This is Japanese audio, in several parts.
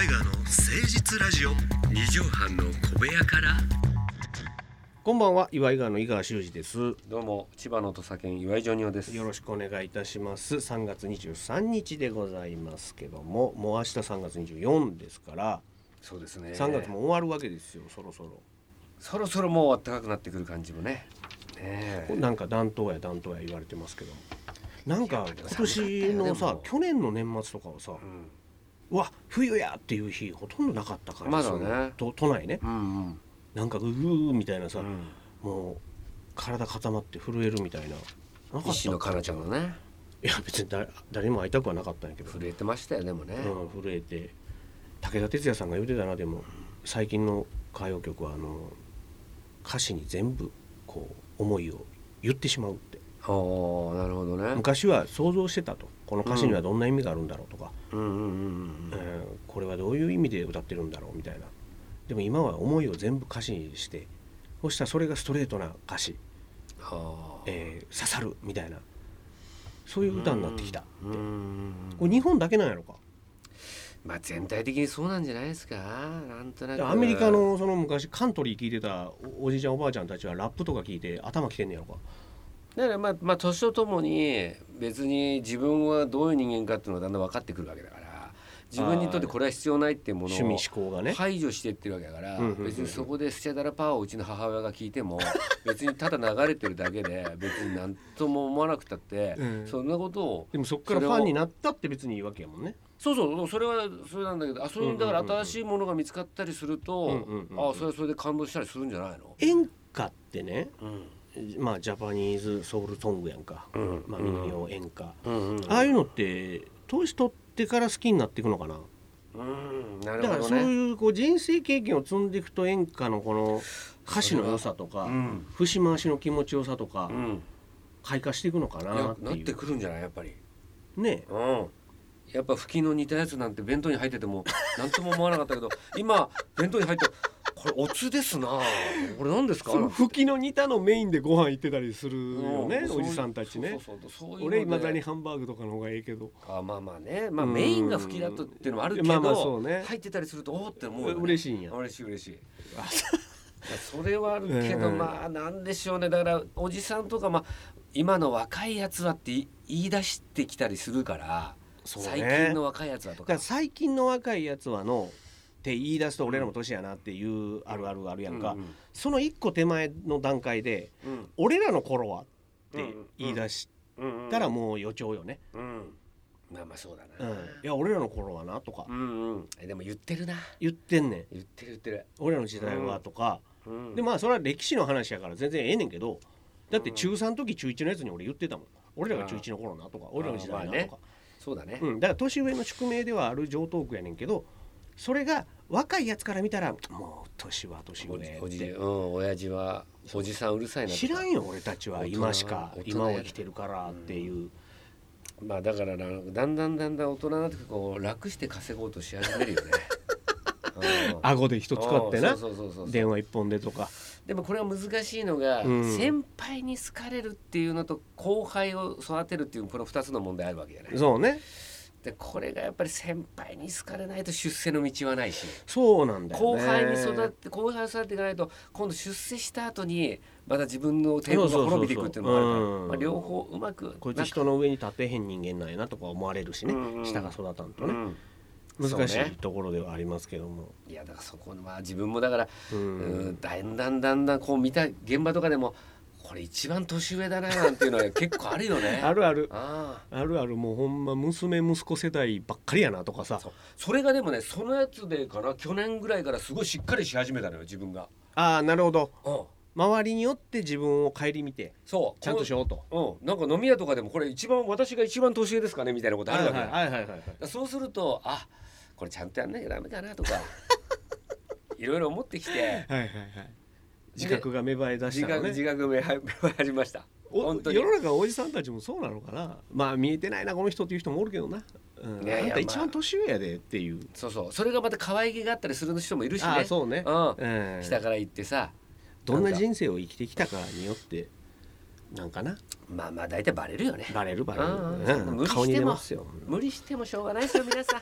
岩井川の誠実ラジオ。 二畳半の小部屋から。 こんばんは、岩井川の井川修司です。 どうも、千葉の土佐県岩井ジョニオです。 よろしくお願いいたします。3月23日でございますけども、もう明日3月24ですから、 そうですね、 3月も終わるわけですよ。そろそろもう暖かくなってくる感じもね。 なんか暖冬や言われてますけども、なんか今年のさ、去年の年末とかはさ、うわ冬やっていう日ほとんどなかったから、 まだね、 都内ね、なんかグーみたいなさ、もう体固まって震えるみたいな、なかった。 石野かなちゃんがね、 いや別に誰にも会いたくはなかったんやけど、 震えてましたよ。でもね、 震えて、武田鉄矢さんが言うてたな。でも最近の歌謡曲は歌詞に全部こう思いを言ってしまうって。 なるほどね。 昔は想像してたと、この歌詞にはどんな意味があるんだろうとか、これはどういう意味で歌ってるんだろうみたいな。でも今は思いを全部歌詞にして、そしたらそれがストレートな歌詞、刺さるみたいな、そういう歌になってきたって。これ日本だけなんやろか。 まあ全体的にそうなんじゃないですか。なんとなくアメリカのその昔カントリー聴いてたおじいちゃんおばあちゃんたちはラップとか聞いて頭きてんねやろか。 だからまあ年とともに別に自分はどういう人間かっていうのがだんだん分かってくるわけだから、自分にとってこれは必要ないっていうものを排除していってるわけだから、別にそこでスチャダラパーをうちの母親が聞いても別にただ流れてるだけで別に何とも思わなくたって、そんなことをでもそっからファンになったって別にいいわけやもんね。 そうそれはそれなんだけど、それにだから新しいものが見つかったりすると、それはそれで感動したりするんじゃないの。 演歌ってね、まあジャパニーズソウルソングやんか、民謡演歌、ああいうのって年取ってから好きになっていくのかな。 なるほどね。 だからそういうこう人生経験を積んでいくと、演歌のこの歌詞の良さとか、節回しの気持ちよさとか、開花していくのかなっていう。 なってくるんじゃない、やっぱりね。 やっぱ吹きの似たやつなんて弁当に入ってても何とも思わなかったけど今弁当に入ってこれおつですな、これ何ですか。 吹きの似たのメインでご飯行ってたりするよね、おじさんたちね。俺未だにハンバーグとかの方がいいけど、 まあね、メインが吹きだとっていうのもあるけど、入ってたりするとおって思うよね。 嬉しいんや。 嬉しいそれはあるけど、まあなんでしょうね。だからおじさんとか、今の若いやつはって言い出してきたりするから、最近の若いやつはとか、 最近の若いやつはのって言い出すと俺らも年やなっていうあるあるやんか。その一個手前の段階で、俺らの頃はって言い出したらもう予兆よね。 まあそうだな。 いや俺らの頃はなとか、 でも言ってるな。 言ってんねん。 言ってる。 俺らの時代はとか。でそれは歴史の話やから全然ええねんけど、だって中3の時中1のやつに俺言ってたもん。俺らが中1の頃なとか、俺らの時代なとか。 そうだね。 だから年上の宿命ではある上等句やねんけど、それが若いやつから見たらもう年は年上って親父はおじさんうるさいなとか、 知らんよ俺たちは今を生きてるからっていう。 だからだんだん大人になってこう楽して稼ごうとし始めるよね。 顎で人使ってな、電話一本でとか。 でもこれは難しいのが、先輩に好かれるっていうのと後輩を育てるっていう、この2つの問題あるわけじゃない。 そうね。 でこれがやっぱり先輩に好かれないと出世の道はないし、 そうなんだよね。 後輩を育てていかないと、今度出世した後にまた自分の天国が滅びていくっていうのもあるから、両方うまく、 こいつ人の上に立てへん人間なんやなとか思われるしね、下が育たんとね。難しいところではありますけども、 いやだからそこの自分もだからだんだんこう見た現場とかでも、これ一番年上だななんていうのは結構あるよね。 あるもうほんま娘息子世代ばっかりやなとかさ。 それがでもね、そのやつでかな、去年ぐらいからすごいしっかりし始めたのよ、自分が。 なるほど。周りによって自分を顧みてちゃんとしようと。 なんか飲み屋とかでもこれ私が一番年上ですかねみたいなことあるわけ。そうするとこれちゃんとやんなきゃダメかなとかいろいろ思ってきて、 自覚が芽生え出したのね。 自覚芽生え始めました。 本当に世の中のおじさんたちもそうなのかな。見えてないなこの人っていう人もおるけどな。あんた一番年上やでっていう。 それがまた可愛げがあったりする人もいるしね。 そうね。 下から行ってさ、 どんな人生を生きてきたかによってなんかな。 大体バレるよね。 バレる。 顔に出ますよ。無理してもしょうがないですよ皆さん。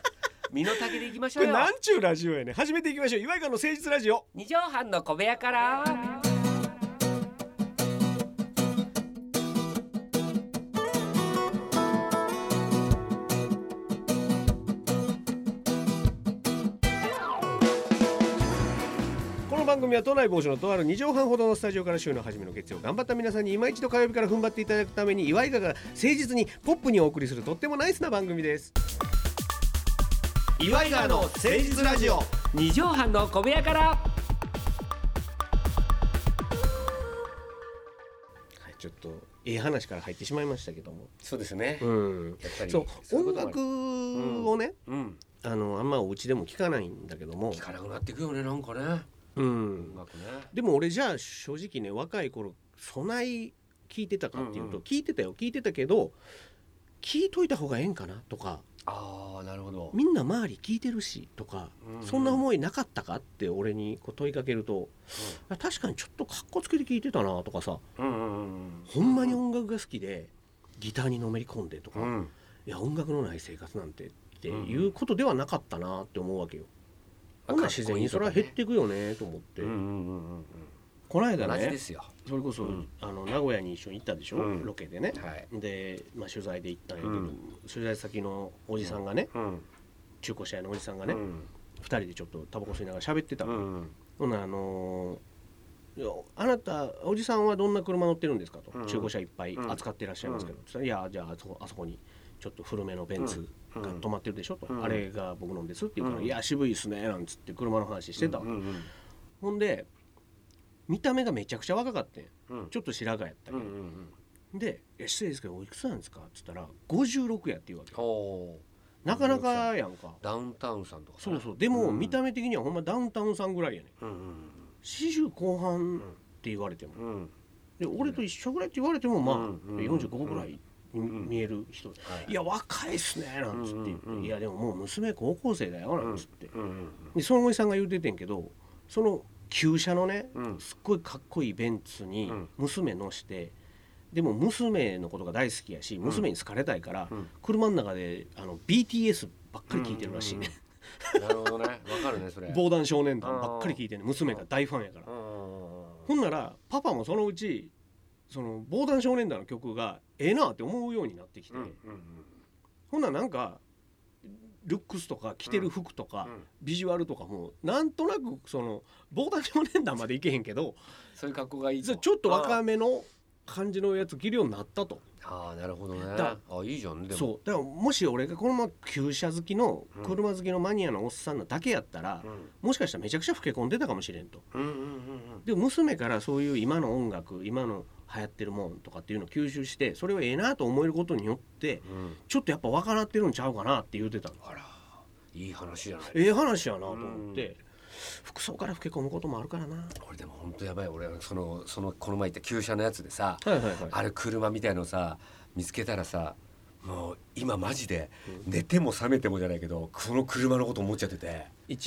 身の丈でいきましょうよ。 これなんちゅうラジオやね。始めていきましょう。岩井川の誠実ラジオ。 2畳半の小部屋から。 この番組は都内某所のとある2畳半ほどのスタジオから週の初めの月曜頑張った皆さんに今一度火曜日から踏ん張っていただくために岩井川が誠実にポップにお送りするとってもナイスな番組です。岩井川の誠実ラジオ。 2畳半の小部屋から。はい、ちょっと話から入ってしまいましたけども。 そうですね、 やっぱりそう音楽をね、あんまお家でも聞かないんだけども、 聞かなくなっていくよね、なんかね。音楽ね。 でも俺じゃあ正直ね、若い頃そない聞いてたかっていうと、聞いてたけど聞いといた方がええんかなとか、 なるほど、 みんな周り聞いてるしとか、そんな思いなかったかって俺にこう問いかけると、確かにちょっとかっこつけて聞いてたなとかさ、ほんまに音楽が好きでギターにのめり込んでとか、いや音楽のない生活なんてっていうことではなかったなって思うわけよ。ほんなら自然にそれは減っていくよねと思って、この間ね、それこそ、名古屋に一緒に行ったでしょ、ロケでね、で、取材で行ったんやけど、取材先のおじさんがね、中古車屋のおじさんがね、2人でちょっとタバコ吸いながら喋ってたの。ほなあなたおじさんはどんな車乗ってるんですかと、中古車いっぱい扱っていらっしゃいますけど、いやじゃああそこにちょっと古めのベンツが止まってるでしょと、あれが僕のんですって言うから、いや渋いっすねなんつって車の話してたわけ。ほんで見た目がめちゃくちゃ若かってん、ちょっと白髪やったけど、で失礼ですけどおいくつなんですかっつったら56やって言うわけ。なかなかやんか。 ダウンタウンさんとか。 そうでも見た目的にはほんまダウンタウンさんぐらいやね、40後半って言われても、で俺と一緒ぐらいって言われてもまあ45ぐらいに見える人、いや若いっすねなんつって言って、いやでももう娘高校生だよなんつって、でそのおじさんが言うててんけど、その旧車のね、すっごいかっこいいベンツに娘乗して、でも娘のことが大好きやし、娘に好かれたいから、車の中でBTS ばっかり聴いてるらしいね。 なるほどね、わかるねそれ。 防弾少年団ばっかり聴いてるね、娘が大ファンやから。ほんならパパもそのうちその防弾少年団の曲がええなって思うようになってきて、ほんならなんかルックスとか着てる服とか、ビジュアルとかもなんとなくその防弾少年団までいけへんけど、 そういう格好がいいと、 ちょっと若めの感じのやつ着るようになったと。 なるほどね。いいじゃんね。でもそうだから、もし俺がこのまま旧車好きの車好きのマニアのおっさんのだけやったら、もしかしたらめちゃくちゃ老け込んでたかもしれんと。でも娘からそういう今の音楽、今の流行ってるもんとかっていうのを吸収して、それをええなと思えることによって、ちょっとやっぱ若なってるんちゃうかなって言うてたの。 いい話じゃない。 ええ話やなと思って、服装から老け込むこともあるからな。 俺でも本当やばい。俺そのこの前言った旧車のやつでさ、あれ車みたいのさ見つけたらさ、もう今マジで寝ても覚めてもじゃないけど、この車のこと思っちゃってて、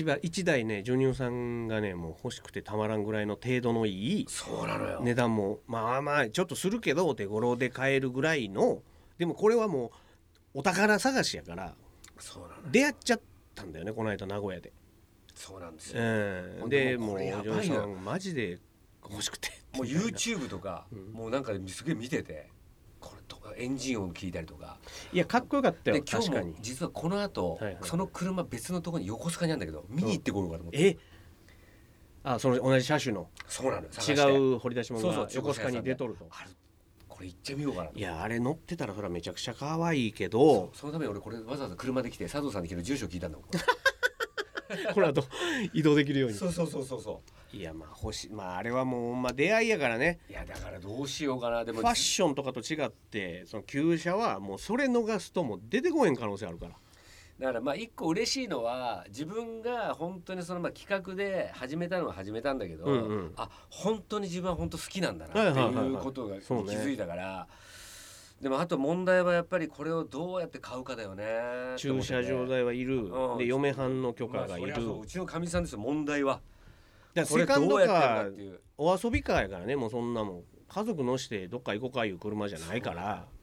1台ね、ジョニオさんがねもう欲しくてたまらんぐらいの程度のいい、 そうなのよ、 値段もまあちょっとするけどお手頃で買えるぐらいの、でもこれはもうお宝探しやから、 そうなの、 出会っちゃったんだよねこの間名古屋で。 そうなんですよ、 でもうジョニオさんマジで欲しくて、 もう YouTube とか、もうなんかすげえ見てて、これとかエンジン音聞いたりとか、 いやかっこよかったよ。 で今日も実はこの後、その車別のところに横須賀にあるんだけど、見に行ってこようかと思って。 その同じ車種のそうなの、 違う掘り出し物が横須賀に出とると。 これ行ってみようかな。 いやあれ乗ってたらそれはめちゃくちゃ可愛いけど、 そのために俺これわざわざ車で来て佐藤さんに昨日住所聞いたんだもん。 この後移動できるように。 そういやあれはもう出会いやからね。 いやだからどうしようかな。でもファッションとかと違ってその旧車はもうそれ逃すともう出てこへん可能性あるから。 だから一個嬉しいのは、自分が本当にその企画で始めたのは始めたんだけど、本当に自分は本当好きなんだなっていうことが気づいたから。でもあと問題はやっぱりこれをどうやって買うかだよね。 駐車場代はいる、で嫁はんの許可がいる、 うちのかみさんですよ問題は。 セカンドカーお遊びカーやからね、もうそんなもん家族乗してどっか行こうかいう車じゃないから。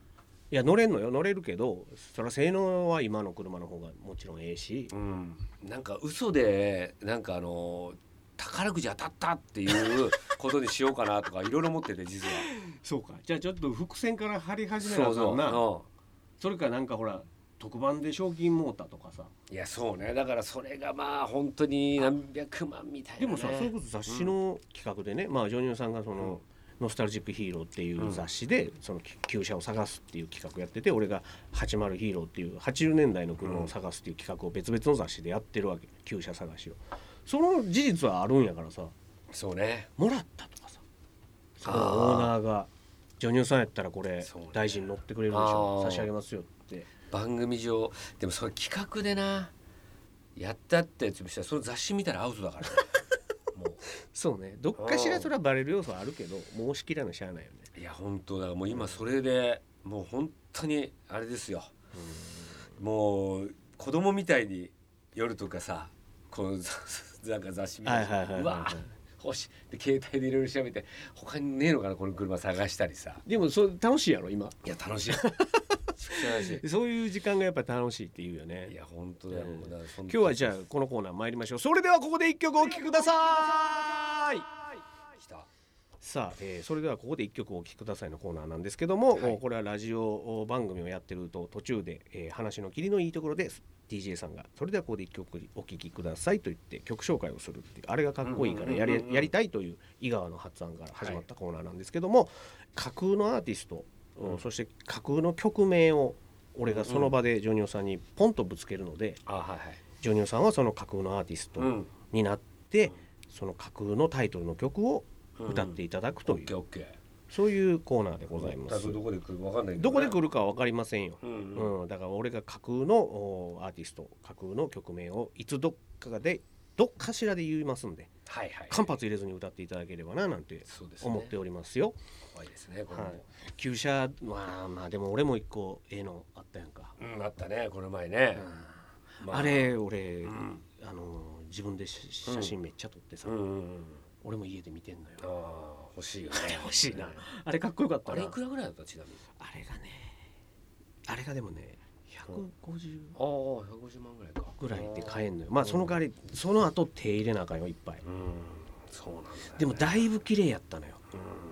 いや乗れんのよ、乗れるけどそりゃ性能は今の車の方がもちろんええし、 なんか嘘でなんか宝くじ当たったっていうことにしようかなとかいろいろ思ってて実はそうか、じゃあちょっと伏線から張り始めなあかんな。それかなんかほら特番で賞金もうたとかさ。 いやそうね、だからそれがまあ本当に何百万みたいな、ね、 でもさ、それこそ雑誌の企画でね、まあジョニオさんがその、ノスタルジックヒーローっていう雑誌でその旧車を探すっていう企画やってて、俺が80ヒーローっていう80年代の車を探すっていう企画を別々の雑誌でやってるわけ、旧車探しを。その事実はあるんやからさ。 そうね、 もらったとかさ、そのオーナーがジョニオさんやったらこれ大事に乗ってくれるでしょ、差し上げますよって番組上。でもそれ企画でなやったってやつもしたらその雑誌見たらアウトだから、ね、もうそうね、どっかしらそれはバレる要素はあるけどもうしきらのしゃあないよね。 いや本当だからもう今それでもう本当にあれですよ、もう子供みたいに夜とかさこのなんか雑誌見て、うわ欲しいで携帯でいろいろ調べて他にねえのかなこの車探したりさ。 でもそれ楽しいやろ今。 いや楽しいそういう時間がやっぱ楽しいっていうよね。 いや本当だよ、 今日はじゃあこのコーナー参りましょう。それではここで一曲お聴きください。 来た。 さあ、それではここで一曲お聴きくださいのコーナーなんですけども、これはラジオ番組をやってると途中で、話の切りのいいところで DJ さんがそれではここで一曲お聴きくださいと言って曲紹介をするっていう、あれがかっこいいからやりたいという井川の発案から始まったコーナーなんですけども、架空のアーティスト、そして架空の曲名を俺がその場でジョニオさんにポンとぶつけるので、ジョニオさんはその架空のアーティストになって、その架空のタイトルの曲を歌っていただくという、そういうコーナーでございます。 どこで来るか分かんないけどね、 どこで来るかは分かりませんよ、だから俺が架空のアーティスト、架空の曲名をいつどっかしらで言いますんで、間髪入れずに歌っていただければななんて思っておりますよ。 怖いですねこれも。 旧車はまあでも俺も一個のあったやんか。 あったねこの前ね、 あれ俺、自分で写真めっちゃ撮ってさ、俺も家で見てんのよ。 欲しいよね。 欲しいな。あれかっこよかったな。 あれいくらぐらいだった？ちなみにあれがでもね150 150万ぐらいかぐらいで買えんのよ。まあその代わりその後手入れなあかんよいっぱい。 そうなんだよね。 でもだいぶ綺麗やったのよ。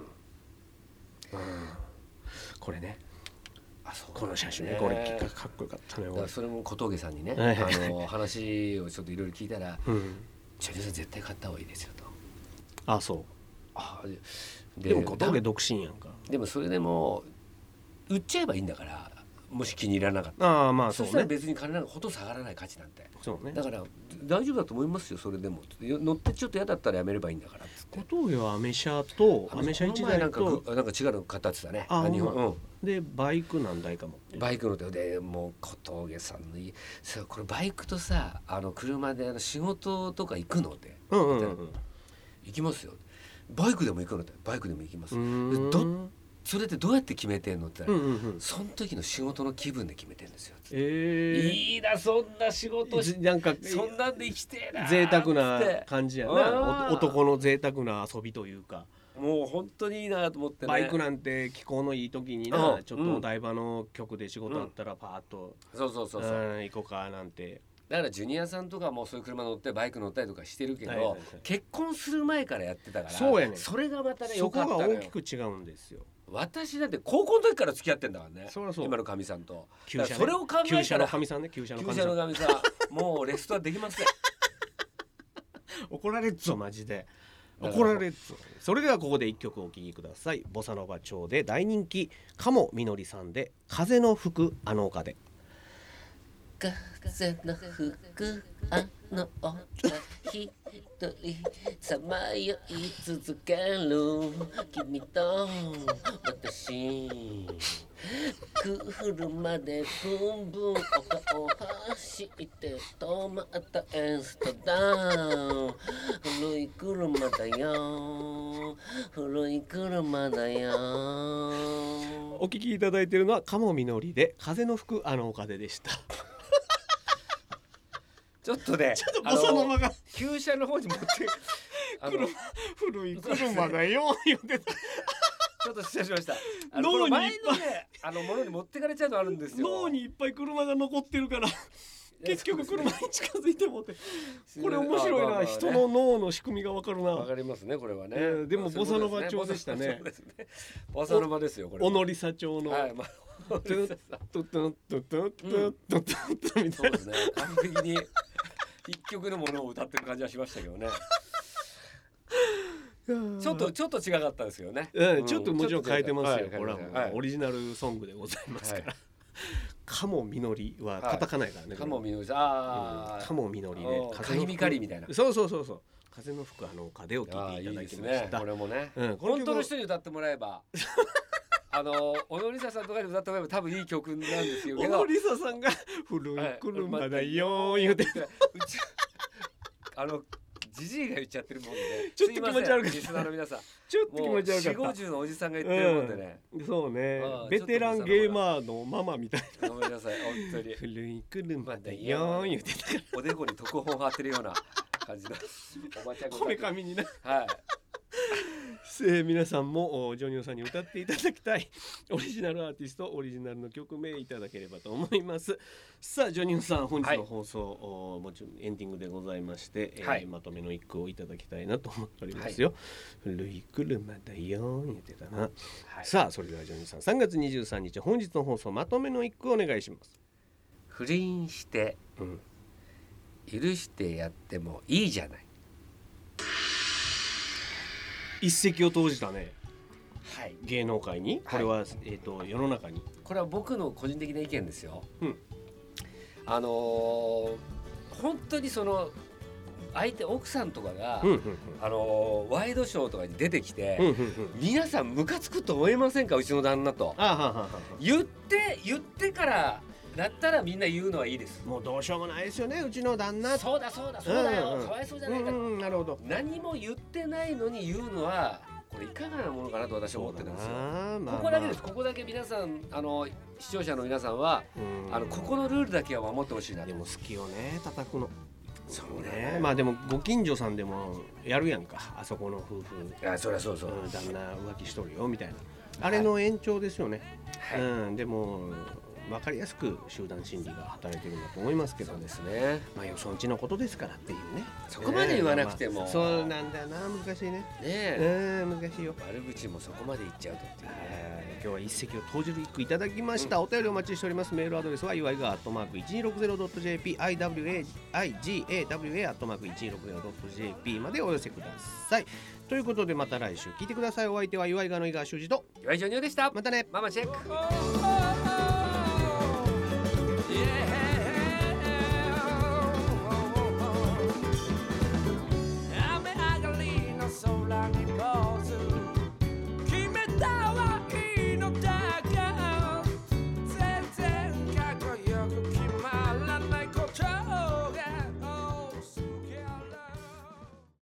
これね、この写真ね、これかっこよかったのよ。 それも小峠さんにね話をちょっといろいろ聞いたら、ジョニオさん絶対買った方がいいですよと。 あ、そう。でも小峠独身やんか。 でもそれでも売っちゃえばいいんだから、もし気に入らなかったら。 まあそうね。 そしたら別に金なんかほとんど下がらない価値なんて。 そうね。 だから大丈夫だと思いますよ。それでも乗ってちょっと嫌だったらやめればいいんだからっつって。 小峠はアメ車1台となんか違うの買ったって言ってたね。日本でバイク何台か持ってる。 バイクのでもう小峠さんのさ、これバイクとさ車で仕事とか行くので、行きますよ。バイクでも行くのってバイクでも行きます。それってどうやって決めてんのって言ったら、その時の仕事の気分で決めてんですよ。いいなそんな仕事なんかそんなんで生きてえな。 贅沢な感じやな。男の贅沢な遊びというか。 もう本当にいいなと思ってね。 バイクなんて気候のいい時にな、ちょっとお台場の局で仕事あったらパーッと行こうかなんて。 だからジュニアさんとかもそういう車乗ってバイク乗ったりとかしてるけど、結婚する前からやってたから、 そうやね。 それがまたね良かったのよ。 そこが大きく違うんですよ。 私だって高校の時から付き合ってんだからね。 そう今のかみさんと。 旧車ね。 それを考えたら旧車のかみさんね。旧車のかみさん。もうレストはできません。 怒られっぞマジで。怒られっぞ。それではここで一曲お聴きください。ボサノバ調で大人気鴨みのりさんで風の吹くあの丘で。 風の吹くあの丘一人さまよい続ける君と私車でブンブン丘を走って止まったエンストダウン古い車だよ古い車だよ。 お聞きいただいているのは鴨みのりで風の吹くあの丘ででした。 ちょっとね、 ボサノバが旧車の方に持って古い車だよ言ってた。ちょっと失礼しました。脳に前のねものに持ってかれちゃうのあるんですよ。 脳にいっぱい車が残ってるから結局車に近づいてもってこれ面白いな、人の脳の仕組みが分かるな。 分かりますねこれはね、 でもボサノバ調でしたね。 ボサノバですよこれ。 小野里沙調の、はい、トゥットゥットゥットゥットゥットゥットゥットみたいな、 そうですね、完璧に一曲のものを歌ってる感じはしましたけどね。ちょっと違かったですよね。 ちょっともちろん変えてますよ。これはもうオリジナルソングでございますから。鴨みのりはカタカナやからね。 鴨みのり、 鴨みのりでカリミカリみたいな。 そう風の吹く風を聞いていただきました。 これもね、本当の人に歌ってもらえば小野里沙さんとかに歌ってもらえば多分いい曲なんですよ。 小野里沙さんが古い車だよ言うてジジイが言っちゃってるもんで、 ちょっと気持ち悪い。 リスナーの皆さん、 ちょっと気持ち悪かった。 40、50のおじさんが言ってるもんでね。 そうね。ベテランゲーマーのママみたいな。 ごめんなさい、本当に。 古い車だよ言ってたから。 おでこに特報貼ってるような感じのおばちゃんが。 こめかみにな。 はい。 皆さんもジョニオさんに歌っていただきたいオリジナルアーティスト、オリジナルの曲名いただければと思います。さあジョニオさん、本日の放送、もちろんエンディングでございまして、まとめの一句をいただきたいなと思っておりますよ。古い車だよ言ってたな。さあそれではジョニオさん、3月23日本日の放送まとめの一句お願いします。 不倫して、許してやってもいいじゃない。 一石を投じたね、芸能界に、これは、世の中に。 これは僕の個人的な意見ですよ。本当にその相手奥さんとかが、ワイドショーとかに出てきて、皆さんムカつくと思いませんか、うちの旦那と。言ってからだったらみんな言うのはいいです。 もうどうしようもないですよね、うちの旦那。 そうだよ、かわいそうじゃないか。 なるほど。 何も言ってないのに言うのはこれいかがなものかなと私は思ってるんですよ。ここだけです。ここだけ皆さん視聴者の皆さんはここのルールだけは守ってほしいな。 でも好きよね、叩くの。 そうね。 まあでもご近所さんでもやるやんか、あそこの夫婦。 そりゃそう。 旦那浮気しとるよみたいな、あれの延長ですよね。でも分かりやすく集団心理が働いてるんだと思いますけどですね。よそんちのことですからっていうね。 そこまで言わなくても、 そうなんだよな、難しいね。難しいよ。 悪口もそこまで言っちゃうとっていうね。 今日は一石を投じる一句いただきました。お便りお待ちしております。メールアドレスは祝いが@1260.jp iwaigawa@1260.jp までお寄せください。ということでまた来週聞いてください。お相手は祝いがの井川修司と岩井ジョニオでした。 またね。 ママチェック。 Yeah.